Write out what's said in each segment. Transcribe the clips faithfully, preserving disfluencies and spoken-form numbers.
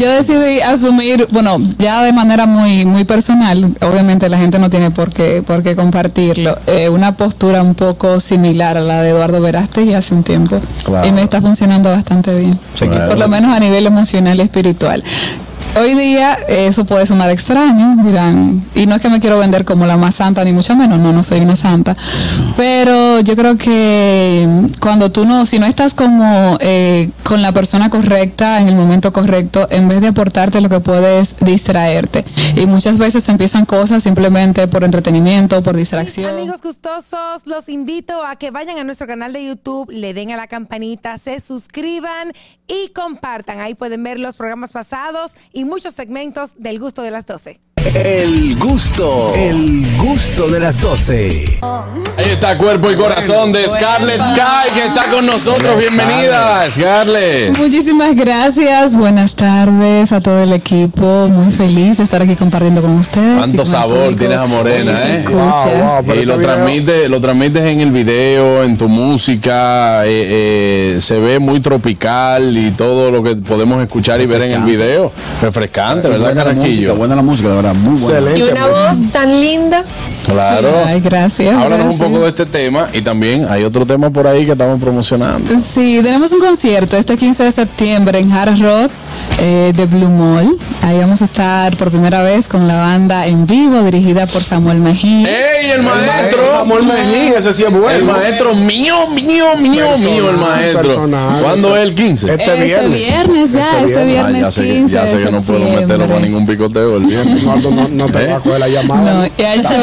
yo decidí asumir, bueno, ya de manera muy muy personal, obviamente la gente no tiene por qué por qué compartirlo, eh, una postura un poco similar a la de Eduardo Verástegui hace un tiempo. Claro. Y me está funcionando bastante bien, claro. Por lo menos a nivel emocional y espiritual. Hoy día eso puede sonar extraño, dirán, y no es que me quiero vender como la más santa, ni mucho menos, no, no soy una santa, pero yo creo que cuando tú no, si no estás como eh, con la persona correcta, en el momento correcto, en vez de aportarte lo que puedes distraerte, y muchas veces empiezan cosas simplemente por entretenimiento, por distracción. Amigos gustosos, los invito a que vayan a nuestro canal de YouTube, le den a la campanita, se suscriban y compartan, ahí pueden ver los programas pasados y muchos segmentos del Gusto de las doce. El gusto, el gusto de las doce. Ahí está Cuerpo y Corazón de Scarlett Sky, que está con nosotros. Bienvenida, Scarlett. Muchísimas gracias, buenas tardes a todo el equipo. Muy feliz de estar aquí compartiendo con ustedes. Cuánto sabor tienes a Morena, ¿eh? Wow, wow, y lo transmites, lo transmites en el video, en tu música. Eh, eh, se ve muy tropical y todo lo que podemos escuchar y ver en el video. Refrescante, ¿verdad, Carraquillo? Buena la música, de verdad. Muy buena. Excelente, y una voz tan linda. Claro. Sí, ay, gracias. Háblanos gracias. un poco de este tema y también hay otro tema por ahí que estamos promocionando. Sí, tenemos un concierto este quince de septiembre en Hard Rock eh, de Blue Mall. Ahí vamos a estar por primera vez con la banda en vivo dirigida por Samuel Mejía. ¡Ey, el maestro! El Samuel Mejía, ese sí es bueno. El maestro mío, mío, mío, personal, mío, el maestro. Personal. ¿Cuándo es el quince? Este, este viernes. viernes ya, este viernes, ah, ya sé, quince ya sé que no puedo meterlo para ningún picoteo el viernes. No, no, no te ¿Eh? va a coger la llamada. No, y ha hecho,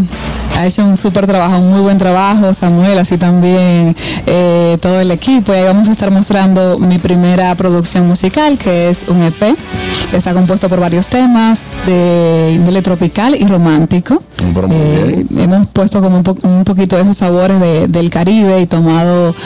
ha hecho un súper trabajo, un muy buen trabajo, Samuel, así también eh, todo el equipo. Y ahí vamos a estar mostrando mi primera producción musical, que es un E P. Está compuesto por varios temas de índole tropical y romántico. Eh, hemos puesto como un, po un poquito de esos sabores de, del Caribe y tomado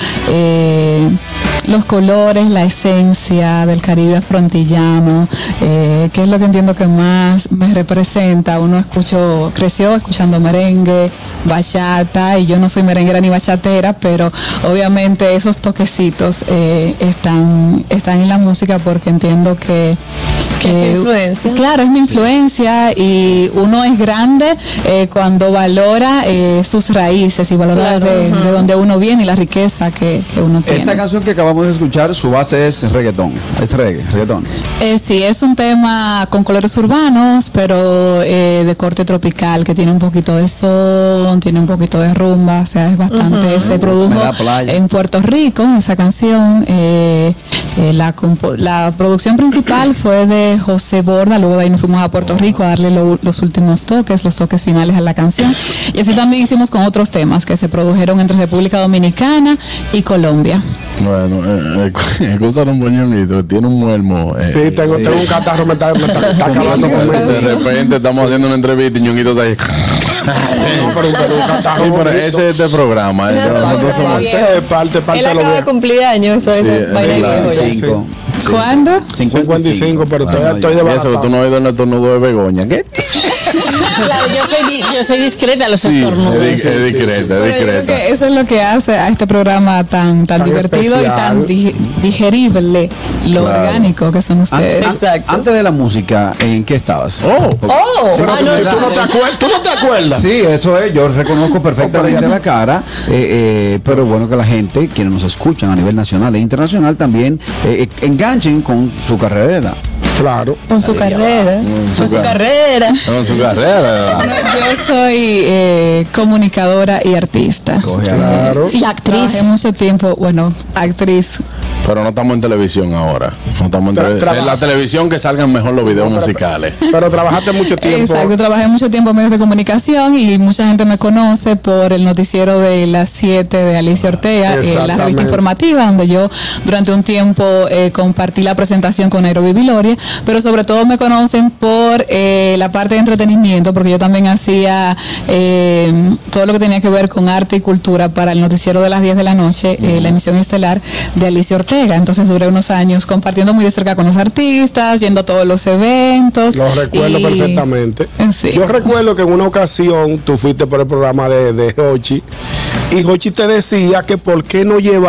eh, los colores, la esencia del Caribe afrontillano, eh, que es lo que entiendo que más me representa. Uno escuchó, creció escuchando merengue, bachata, y yo no soy merenguera ni bachatera, pero obviamente esos toquecitos eh, están, están en la música porque entiendo que que influencia. Claro, es mi influencia y uno es grande eh, cuando valora eh, sus raíces y valora claro, de, uh-huh. de donde uno viene y la riqueza que, que uno tiene. Esta canción que acabamos de escuchar, su base es reggaetón, es reggae, reggaetón. Eh, sí, es un tema con colores urbanos, pero eh, de corte tropical, que tiene un poquito de son, tiene un poquito de rumba, o sea, es bastante, uh-huh. se produjo en Puerto Rico, esa canción. Eh, eh, la, la producción principal fue de José Borda, luego de ahí nos fuimos a Puerto Rico a darle lo, los últimos toques, los toques finales a la canción, y así también hicimos con otros temas que se produjeron entre República Dominicana y Colombia. Bueno, eh, eh, escúchalo un poñonito, tiene un muermo. Eh, sí, tengo, sí. tengo un catarro, me está, me está, me está acabando con eso. De repente estamos haciendo una entrevista y Ñonguito está ahí. No, pero, pero un catarro sí, pero ese es este programa. No, no, nosotros somos es parte, parte Él acaba de cumplir años, eso sí, es veinticinco. Sí. ¿Cuándo? cincuenta y cinco, pero bueno, todavía estoy de eso que tú no has oído el estornudo de Begoña. ¿Qué? Claro, yo soy, yo soy discreta a los sí, estornudos. Es, es discreta, es discreta. Eso es lo que hace a este programa tan, tan, tan divertido especial. Y tan di digerible, lo claro. orgánico que son ustedes. An Exacto. Antes de la música, ¿en qué estabas? Oh, oh. Sí, ah, no, ¿tú, no te acuerdas, ¿Tú no te acuerdas? Sí, eso es, yo reconozco perfectamente la cara, eh, eh, pero bueno que la gente, quienes nos escuchan a nivel nacional e internacional, también eh, enganchen con su carrera. Claro. Con su carrera. Con su, con su carrera. Con su carrera. Bueno, yo soy eh, comunicadora y artista. Claro. Y actriz. Trabajé mucho tiempo, bueno, actriz. Pero no estamos en televisión ahora. No estamos en, tele en la televisión que salgan mejor los videos no, pero, musicales. Pero trabajaste mucho tiempo. Exacto, trabajé mucho tiempo en medios de comunicación y mucha gente me conoce por el noticiero de las siete de Alicia Ortega, eh, la revista informativa, donde yo durante un tiempo eh, compartí la presentación con Nairobi Viloria, pero sobre todo me conocen por eh, la parte de entretenimiento, porque yo también hacía eh, todo lo que tenía que ver con arte y cultura para el noticiero de las diez de la noche, eh, la emisión estelar de Alicia Ortega. Entonces duré unos años compartiendo muy de cerca con los artistas, yendo a todos los eventos. Lo recuerdo y... perfectamente. Sí. Yo recuerdo que en una ocasión tú fuiste por el programa de, de Hochi y Hochi te decía que por qué no llevar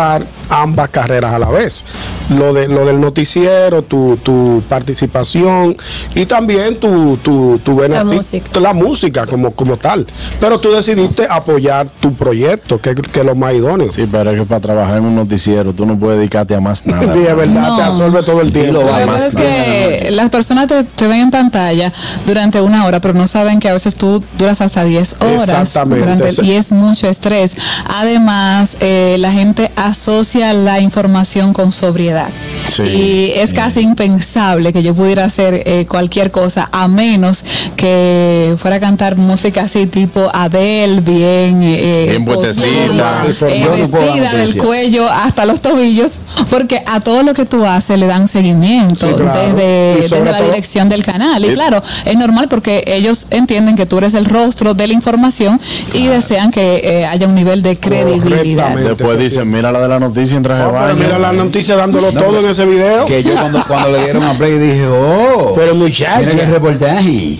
ambas carreras a la vez. Lo de lo del noticiero, tu, tu participación y también tu, tu, tu La benefit- música. la música como, como tal. Pero tú decidiste apoyar tu proyecto, que, que es lo más idóneo. Sí, pero es que para trabajar en un noticiero tú no puedes dedicarte a más nada. Sí, es verdad, No. te absorbe todo el tiempo. lo Lo que va pasa más es que las personas te, te ven en pantalla durante una hora, pero no saben que a veces tú duras hasta diez horas. Exactamente. durante- Eso- y es mucho estrés. Además, eh, la gente asocia la información con sobriedad. Sí. Y es casi impensable que yo pudiera hacer eh, cualquier cosa, a menos que fuera a cantar música así tipo Adele, bien, eh, Bien puestecita. posada, eh, Yo no puedo dar vestida del noticia. cuello hasta los tobillos, porque a todo lo que tú haces le dan seguimiento Sí, claro. desde, Y sobre desde la todo- dirección del canal. Y Sí. claro, es normal porque ellos entienden que tú eres el rostro de la información y desean que eh, haya un nivel de credibilidad. Correctamente. Después Eso dicen, sí. mira la de la noticia en traje No, de pero baño. mira la noticia dándolo todo en ese video. Que yo cuando, cuando le dieron a play dije, oh, Pero muchacha. mira el reportaje.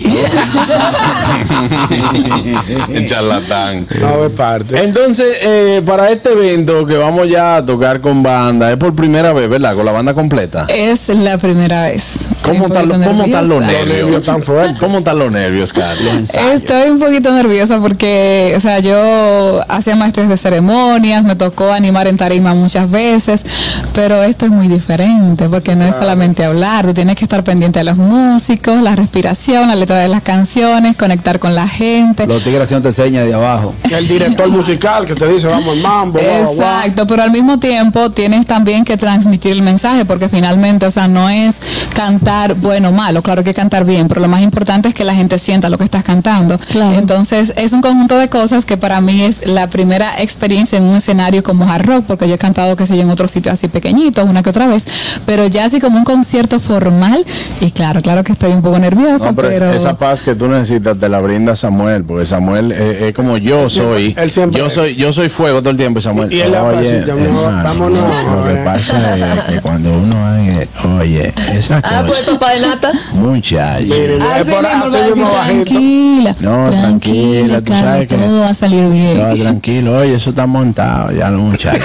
El charlatán. No, es parte. Entonces, eh, para este evento que vamos ya a tocar con banda, es por primera vez, ¿verdad? Con la banda completa. Es la primera vez. ¿Cómo Estoy están un cómo poquito están los nerviosa. nervios? nervios tan fuertes. ¿Cómo están los nervios, Carlos? Estoy un poquito nerviosa porque, o sea, yo hacía maestrías de ceremonias, me tocó animar en tarima muchas veces, pero esto es muy diferente porque no es solamente hablar, tú tienes que estar pendiente de los músicos, la respiración, la letra de las canciones, conectar con la gente. Los tigres haciendo señas de abajo. El director musical que te dice, vamos al mambo. guau, guau. Exacto, pero al mismo tiempo tienes también que transmitir el mensaje porque finalmente, o sea, no es cantar bueno o malo, claro que cantar bien, pero lo más importante es que la gente sienta lo que estás cantando. Claro. Entonces, es un conjunto de cosas que para mí es la primera experiencia en un escenario como hard rock, porque yo he cantado, qué sé yo, en otros sitios así pequeñitos, una que otra vez, pero ya así como un concierto formal, y claro, claro que estoy un poco nerviosa, No, pero, pero... esa paz que tú necesitas te la brinda Samuel, porque Samuel es, es como yo soy. él siempre- yo soy yo soy fuego todo el tiempo, y Samuel. Y él la oye, pasita, mi amor, hermano, vámonos, lo que eh. pasa es que cuando uno hace, oye, esa Ah, pues cosa, papá de nata. muchacho. Miren, Así es por- mismo, así va a decir, mismo bajito. tranquila, No, tranquila, tú Carla, sabes que- todo va a salir bien. No, tranquilo, oye, eso está montado, ya no, muchachos.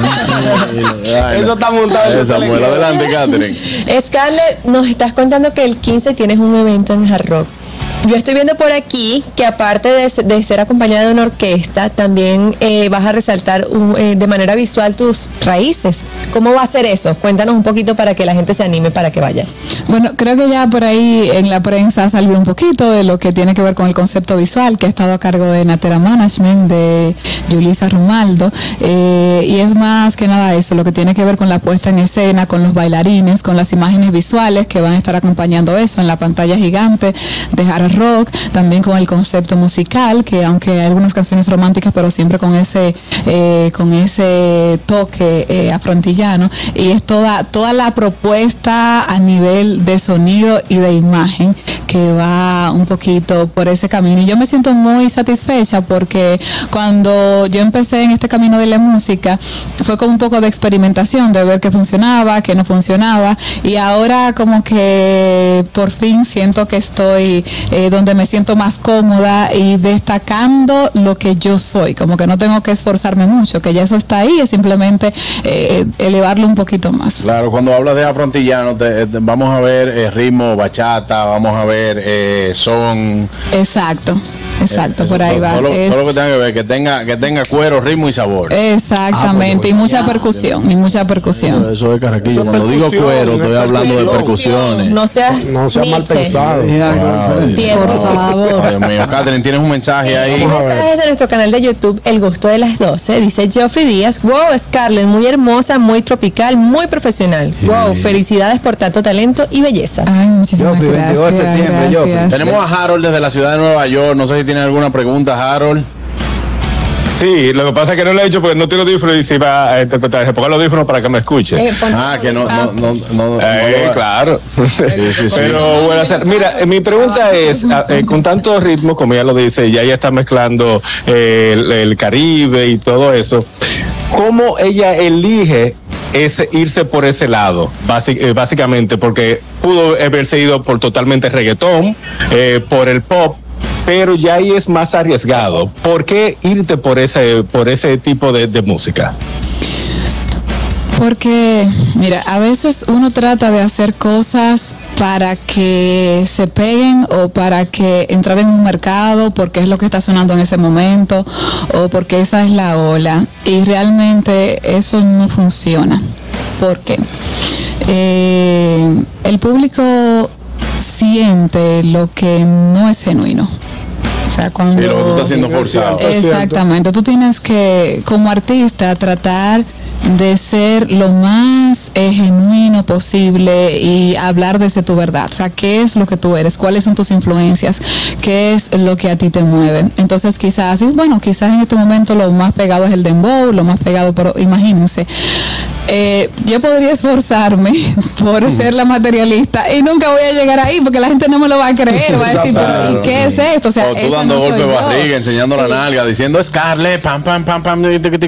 Eso está montado, eso Eh, se le Samuel, queda. adelante, Catherine. Scarlett, nos estás contando que el quince tienes un evento en Hard Rock. Yo estoy viendo por aquí que aparte de, se- de ser acompañada de una orquesta, también eh, vas a resaltar un- eh, de manera visual tus raíces. ¿Cómo va a ser eso? Cuéntanos un poquito para que la gente se anime para que vaya. Bueno, creo que ya por ahí en la prensa ha salido un poquito de lo que tiene que ver con el concepto visual, que ha estado a cargo de Natera Management, de Yulisa Rumaldo, eh, y es más que nada eso, lo que tiene que ver con la puesta en escena, con los bailarines, con las imágenes visuales que van a estar acompañando eso en la pantalla gigante de Hard Rock, también con el concepto musical, que aunque hay algunas canciones románticas, pero siempre con ese, eh, con ese toque eh, afrontillano, y es toda, toda la propuesta a nivel de sonido y de imagen que va un poquito por ese camino. Y yo me siento muy satisfecha porque cuando yo empecé en este camino de la música, fue como un poco de experimentación, de ver qué funcionaba, qué no funcionaba, y ahora como que por fin siento que estoy eh, donde me siento más cómoda y destacando lo que yo soy, como que no tengo que esforzarme mucho, que ya eso está ahí, es simplemente eh, elevarlo un poquito más. Claro, cuando hablas de afrontillano, te- te- vamos a ver eh, ritmo, bachata, vamos a ver eh, son. Exacto, exacto, eh, por ahí todo, va. Todo, lo, Es- todo lo que tenga que ver, que tenga, que tenga cuero, ritmo y sabor. Exactamente, y mucha percusión, y mucha percusión. Eso es carraquillo. Eso es Cuando digo percusión, cuero, estoy es hablando de percusión. percusiones. No seas, No sea mal Nietzsche. pensado. Wow. Tierno. Por favor. Ay, Dios mío, Catherine, tienes un mensaje ahí. Un mensaje de nuestro canal de YouTube, El Gusto de las doce. Dice Geoffrey Díaz, wow, Scarlett, muy hermosa, muy tropical, muy profesional. Wow, felicidades por tanto talento y belleza. Ay, muchísimas Joffrey, gracias. veintidós de septiembre, Joffrey. gracias. Tenemos a Harold desde la ciudad de Nueva York. No sé si tiene alguna pregunta, Harold. Sí, lo que pasa es que no lo he hecho porque no tengo audífonos y se iba a interpretar. Se ponga los audífonos para que me escuche. Eh, ponte- Ah, que no, no, no, no, no Eh, lo va- claro. Sí, sí, sí. Pero buenas tardes. Mira, eh, mi pregunta es, ah, eh, con tanto ritmo, como ella lo dice, ya ella está mezclando eh, el, el Caribe y todo eso, ¿cómo ella elige ese, irse por ese lado? Basi- eh, básicamente, porque pudo haberse ido por totalmente reggaetón, eh, por el pop, pero ya ahí es más arriesgado. ¿Por qué irte por ese, por ese tipo de, de música? Porque, mira, a veces uno trata de hacer cosas para que se peguen o para que entrar en un mercado porque es lo que está sonando en ese momento o porque esa es la ola. Y realmente eso no funciona. ¿Por qué? Eh, el público siente lo que no es genuino. O sea, cuando... Sí, lo que tú estás haciendo forzado. Exactamente. Tú tienes que, como artista, tratar de ser lo más eh, genuino posible y hablar desde tu verdad. O sea, ¿qué es lo que tú eres? ¿Cuáles son tus influencias? ¿Qué es lo que a ti te mueve? Entonces, quizás, bueno, quizás en este momento lo más pegado es el dembow, lo más pegado, pero imagínense. Eh, yo podría esforzarme por mm. ser la materialista y nunca voy a llegar ahí porque la gente no me lo va a creer, va a decir, pero ¿y qué es esto? O sea, o tú dando no golpe de yo. barriga, enseñando sí. la nalga, diciendo Scarlett, pam, pam, pam, pam,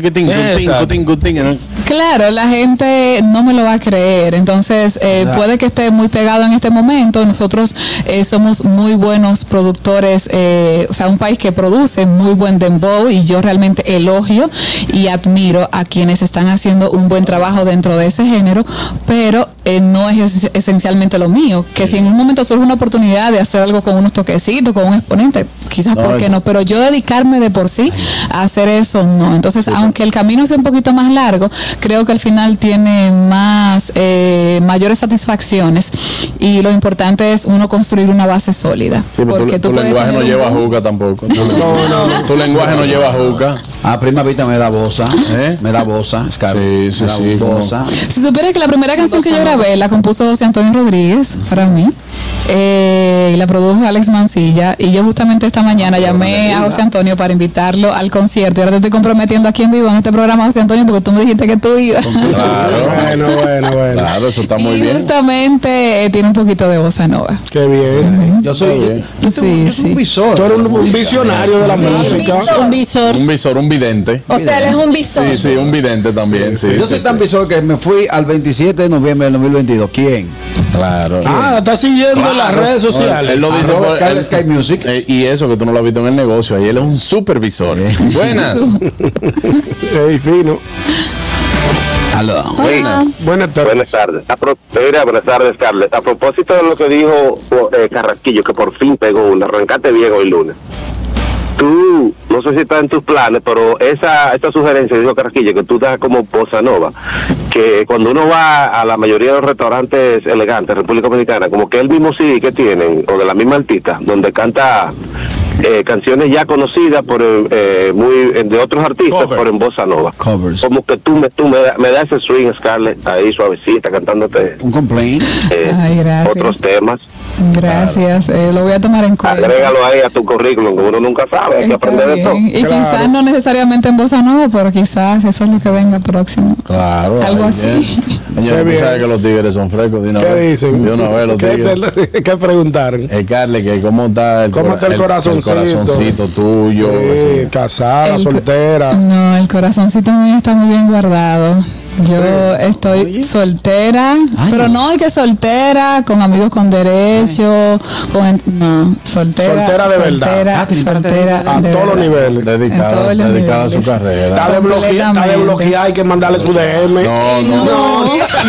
claro, la gente no me lo va a creer, entonces eh, puede que esté muy pegado en este momento. Nosotros eh, somos muy buenos productores, eh, o sea, un país que produce muy buen dembow y yo realmente elogio y admiro a quienes están haciendo un buen trabajo dentro de ese género, pero eh, no es esencialmente lo mío. Que si en un momento surge una oportunidad de hacer algo con unos toquecitos, con un exponente, quizás no, por qué no, pero yo dedicarme de por sí a hacer eso, no. Entonces, sí, aunque el camino sea un poquito más largo, creo que al final tiene más, eh, mayores satisfacciones y lo importante es uno construir una base sólida. Sí, porque tu, tu lenguaje no lleva juca tampoco. No, no, no. Tu lenguaje no lleva juca. Ah, prima Vita me da bosa, ¿eh? Me da bosa, Scarlett. Sí, sí, sí. Bosa. Si supieras que la primera canción que yo grabé la compuso José Antonio Rodríguez para mí, eh, y la produjo Alex Mancilla, y yo justamente esta mañana llamé a José Antonio para invitarlo al concierto y ahora te estoy comprometiendo aquí en vivo en este programa, José Antonio, porque tú me dijiste que tú ibas. Claro, bueno, bueno, bueno. Claro, eso está muy y bien. Justamente eh, tiene un poquito de bossa nova. Qué bien. Yo soy, yo, yo, sí, tengo, yo soy sí. un visor. Tú eres un, un visionario de la Sí, música. un visor. Un visor, un vidente. O sea, él es un visor. Sí, sí, un vidente también. Sí, yo sí, soy sí, tan sí. visor que me fui al veintisiete de noviembre del dos mil veintidós. ¿Quién? Claro. Ah, está siguiendo Claro. las redes sociales. Él lo dice Arroba por Scarlett él- Sky Music. eh, y eso que tú no lo has visto en el negocio. Ahí él es un supervisor. Buenas. Ey, fino. Aló. Buenas. Buenas tardes. Buenas tardes. A pro- mira, buenas tardes, Scarlett. A propósito de lo que dijo eh, Carrasquillo, que por fin pegó una, arrancaste bien hoy lunes. Tú, no sé si está en tus planes, pero esa esta sugerencia dijo Carrasquillo, que tú das como bossa nova, que cuando uno va a la mayoría de los restaurantes elegantes de República Dominicana, como que el mismo C D que tienen, o de la misma artista, donde canta eh, canciones ya conocidas por eh, muy de otros artistas, Covers. por en bossa nova. Covers. Como que tú me tú me, da- me das ese swing, Scarlett, ahí suavecita, cantándote Un complaint. eh, Ay, gracias. otros temas. Gracias, eh, lo voy a tomar en cuenta. Agrégalo ahí a tu currículum, que uno nunca sabe, hay que Está aprender de todo. bien. Y Claro. quizás no necesariamente en bossa nova, pero quizás eso es lo que venga próximo. Claro. Algo ahí así. bien. Qué Señor, tú bien. sabes que los tigres son frescos de una ¿Qué vez. dicen? De una vez los ¿Qué, tigres. te- ¿Qué preguntaron? Eh, Carle, que cómo está el, ¿Cómo está el corazoncito? el corazoncito tuyo. Sí, así. casada, El co- soltera. No, el corazoncito mío está muy bien guardado. Yo estoy soltera, Ay. pero no hay que soltera, con amigos con derecho, con en- no, soltera, Soltera de verdad. soltera, Ah, tiene parte de- soltera A de todos los verdad. niveles. Dedicada, En todos los dedicada a su niveles. carrera. Está desbloqueada, está Completamente. desbloqueada, hay que mandarle su D M. No, no, No,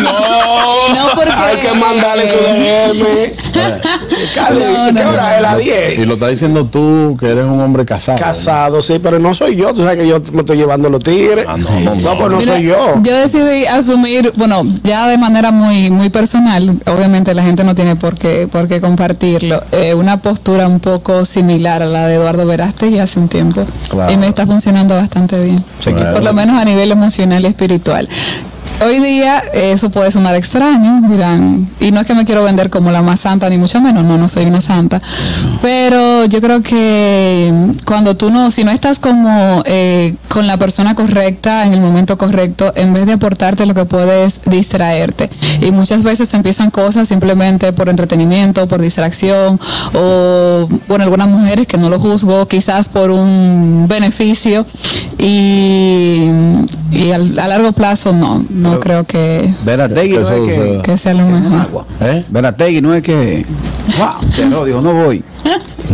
no, porque Hay que mandarle su D M. Carlos, No, ¿qué no, hora no. es? ¿Las Y diez? lo está diciendo tú, que eres un hombre casado. Casado, sí, pero no soy yo. Tú sabes que yo me estoy llevando los tigres. Ah, no, no, no. pues no Mira, soy yo. Yo decidí asumir, bueno, ya de manera muy muy personal, obviamente la gente no tiene por qué por qué compartirlo, eh, una postura un poco similar a la de Eduardo Verástegui hace un tiempo. Claro. Y me está funcionando bastante bien. Claro. Por lo menos a nivel emocional y espiritual. Hoy día eh, eso puede sonar extraño, dirán, y no es que me quiero vender como la más santa, ni mucho menos, no, no soy una santa, pero yo creo que cuando tú no, si no estás como eh, con la persona correcta en el momento correcto, en vez de aportarte lo que puedes distraerte, y muchas veces empiezan cosas simplemente por entretenimiento, por distracción, o bueno, algunas mujeres que no lo juzgo, quizás por un beneficio, y, y al- a largo plazo no, no Pero- creo que, Verategui Que no eso es que... suceda. que sea lo mejor. Agua. ¿Eh? Verategui no es que... Wow, cerró, dijo, no voy. No.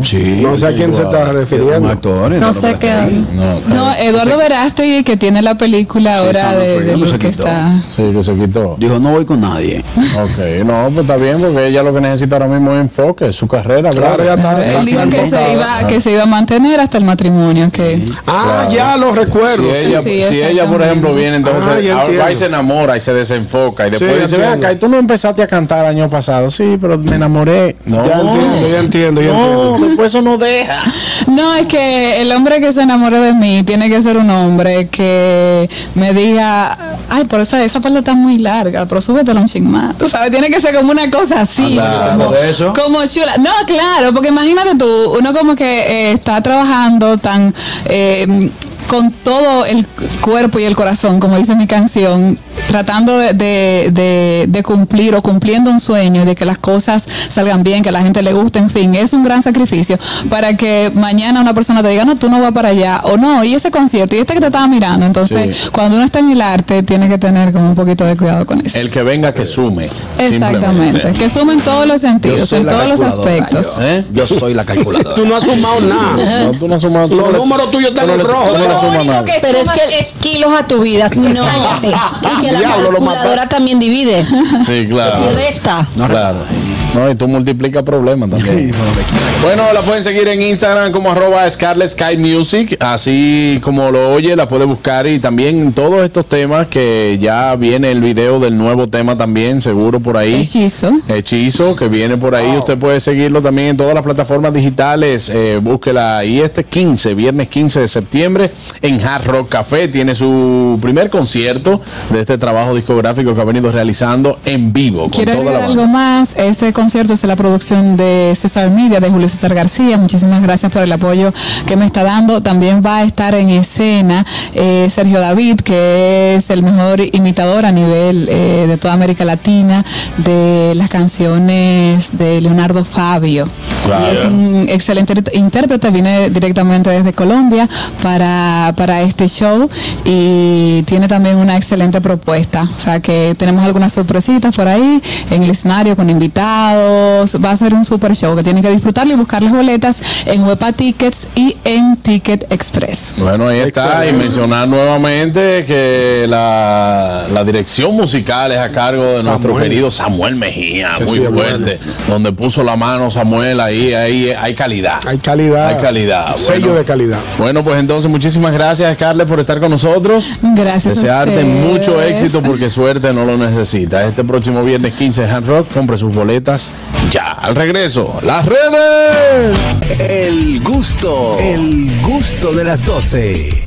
Sí. No sé a quién se está refiriendo. Actores, No sé qué. No, No, Eduardo Verástegui, que tiene la película Sí, ahora Sound of de, de Freedom, lo se que quitó. está. sí, que se quitó. Dijo, no voy con nadie. Ok, no, pues está bien, porque ella lo que necesita ahora mismo es enfoque, su carrera, Claro, ya está. Él dijo que se iba, que se iba a mantener hasta el matrimonio, que Ah, ya lo recuerdo. Si ella, sí, si ella, por exactamente. ejemplo, viene, entonces Ah, ya ahora va y entiendo. se enamora y se desenfoca y después Sí, dice, ven entiendo. acá, y tú no empezaste a cantar el año pasado. Sí, pero me enamoré. No, Ya entiendo, ya entiendo, ya no, entiendo. después eso no deja. no, es que el hombre que se enamore de mí tiene que ser un hombre que me diga, ay, por esa, esa parte está muy larga, pero súbetela un ching más. Tú sabes, tiene que ser como una cosa así. Anda, como, ¿de eso? como chula. No, claro, porque imagínate tú, uno como que eh, está trabajando tan eh, con todo el cuerpo y el corazón, como dice mi canción, tratando de, de, de, de cumplir o cumpliendo un sueño, de que las cosas salgan bien, que a la gente le guste, en fin, es un gran sacrificio para que mañana una persona te diga, no, tú no vas para allá, o no, y ese concierto, y este que te estaba mirando. Entonces, Sí. cuando uno está en el arte, tiene que tener como un poquito de cuidado con eso. El que venga que sume. Exactamente, simplemente. que sumen todos los sentidos, en todos los aspectos. ¿Eh? Yo soy la calculadora. Tú no has sumado nada. No, tú no sumas. tú Los no le- números tuyos están tú no en le- rojo. tú no le Lo sumas único nada. que Pero es sumas que- es kilos a tu vida, así que cállate. Y que la Diablo, lo calculadora también divide Sí, claro. y resta. No, Claro. No, y tú multiplicas problemas también. Bueno, la pueden seguir en Instagram como arroba Scarlet Sky Music, así como lo oye, la puede buscar, y también todos estos temas que ya viene el video del nuevo tema también, seguro por ahí. Hechizo. Hechizo, que viene por ahí. Usted puede seguirlo también en todas las plataformas digitales. Eh, búsquela. Y este quince, viernes quince de septiembre, en Hard Rock Café, tiene su primer concierto de este trabajo discográfico que ha venido realizando en vivo con Quiero toda agregar la algo banda. más. Este concierto es de la producción de César Media, de Julio César García. Muchísimas gracias por el apoyo que me está dando. También va a estar en escena eh, Sergio David, que es el mejor imitador a nivel eh, de toda América Latina de las canciones de Leonardo Fabio. Claro. Y es un excelente intérprete, viene directamente desde Colombia para, para este show, y tiene también una excelente propuesta. O sea que tenemos algunas sorpresitas por ahí en el escenario con invitados. Va a ser un super show que tienen que disfrutarlo y buscar las boletas en Huepa Tickets y en Ticket Express. Bueno, ahí está. Excelente. Y mencionar nuevamente que la, la dirección musical es a cargo de nuestro Samuel. querido Samuel Mejía, Sí, muy sí, es fuerte. Donde puso la mano Samuel, ahí, ahí hay calidad. Hay calidad. Hay calidad. Sello Bueno. de calidad. Bueno, pues entonces muchísimas gracias, Scarlett, por estar con nosotros. Gracias a Desearte ustedes. mucho éxito, porque suerte no lo necesita. Este próximo viernes quince de Hard Rock, compre sus boletas ya. Al regreso, las redes. El gusto, el gusto de las doce.